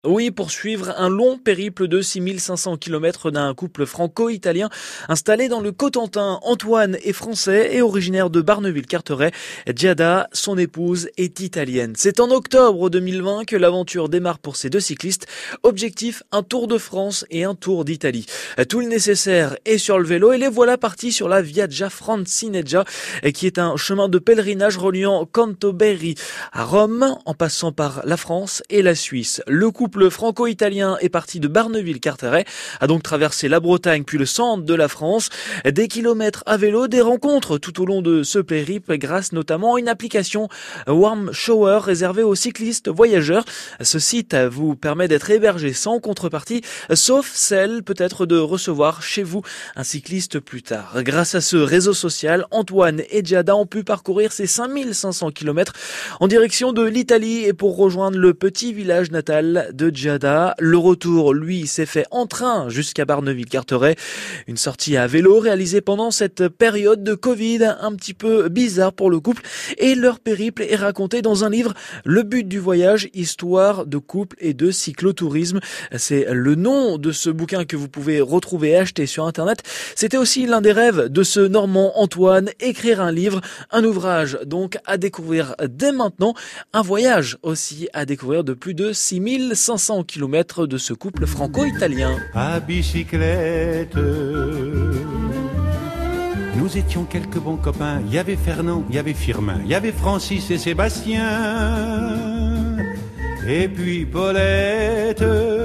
Oui, pour suivre un long périple de 6500 km d'un couple franco-italien installé dans le Cotentin. Antoine est français et originaire de Barneville-Carteret. Giada, son épouse, est italienne. C'est en octobre 2020 que l'aventure démarre pour ces deux cyclistes. Objectif, un Tour de France et un Tour d'Italie. Tout le nécessaire est sur le vélo et les voilà partis sur la Viaggia Francineggia, qui est un chemin de pèlerinage reliant Cantorbéry à Rome en passant par la France et la Suisse. Le couple franco-italien est parti de Barneville-Carteret, a donc traversé la Bretagne puis le centre de la France. Des kilomètres à vélo, des rencontres tout au long de ce périple grâce notamment à une application Warm Shower réservée aux cyclistes voyageurs. Ce site vous permet d'être hébergé sans contrepartie, sauf celle peut-être de recevoir chez vous un cycliste plus tard. Grâce à ce réseau social, Antoine et Giada ont pu parcourir ces 5500 km en direction de l'Italie et pour rejoindre le petit village natal de Giada. Le retour, lui, s'est fait en train jusqu'à Barneville-Carteret. Une sortie à vélo réalisée pendant cette période de Covid un petit peu bizarre pour le couple et leur périple est raconté dans un livre, Le but du voyage, histoire de couple et de cyclotourisme. C'est le nom de ce bouquin que vous pouvez retrouver et acheter sur internet. C'était aussi l'un des rêves de ce Normand Antoine, écrire un livre, un ouvrage donc à découvrir dès maintenant, un voyage aussi à découvrir de plus de 6500 km de ce couple franco-italien. À bicyclette, nous étions quelques bons copains. Il y avait Fernand, il y avait Firmin, il y avait Francis et Sébastien, et puis Paulette.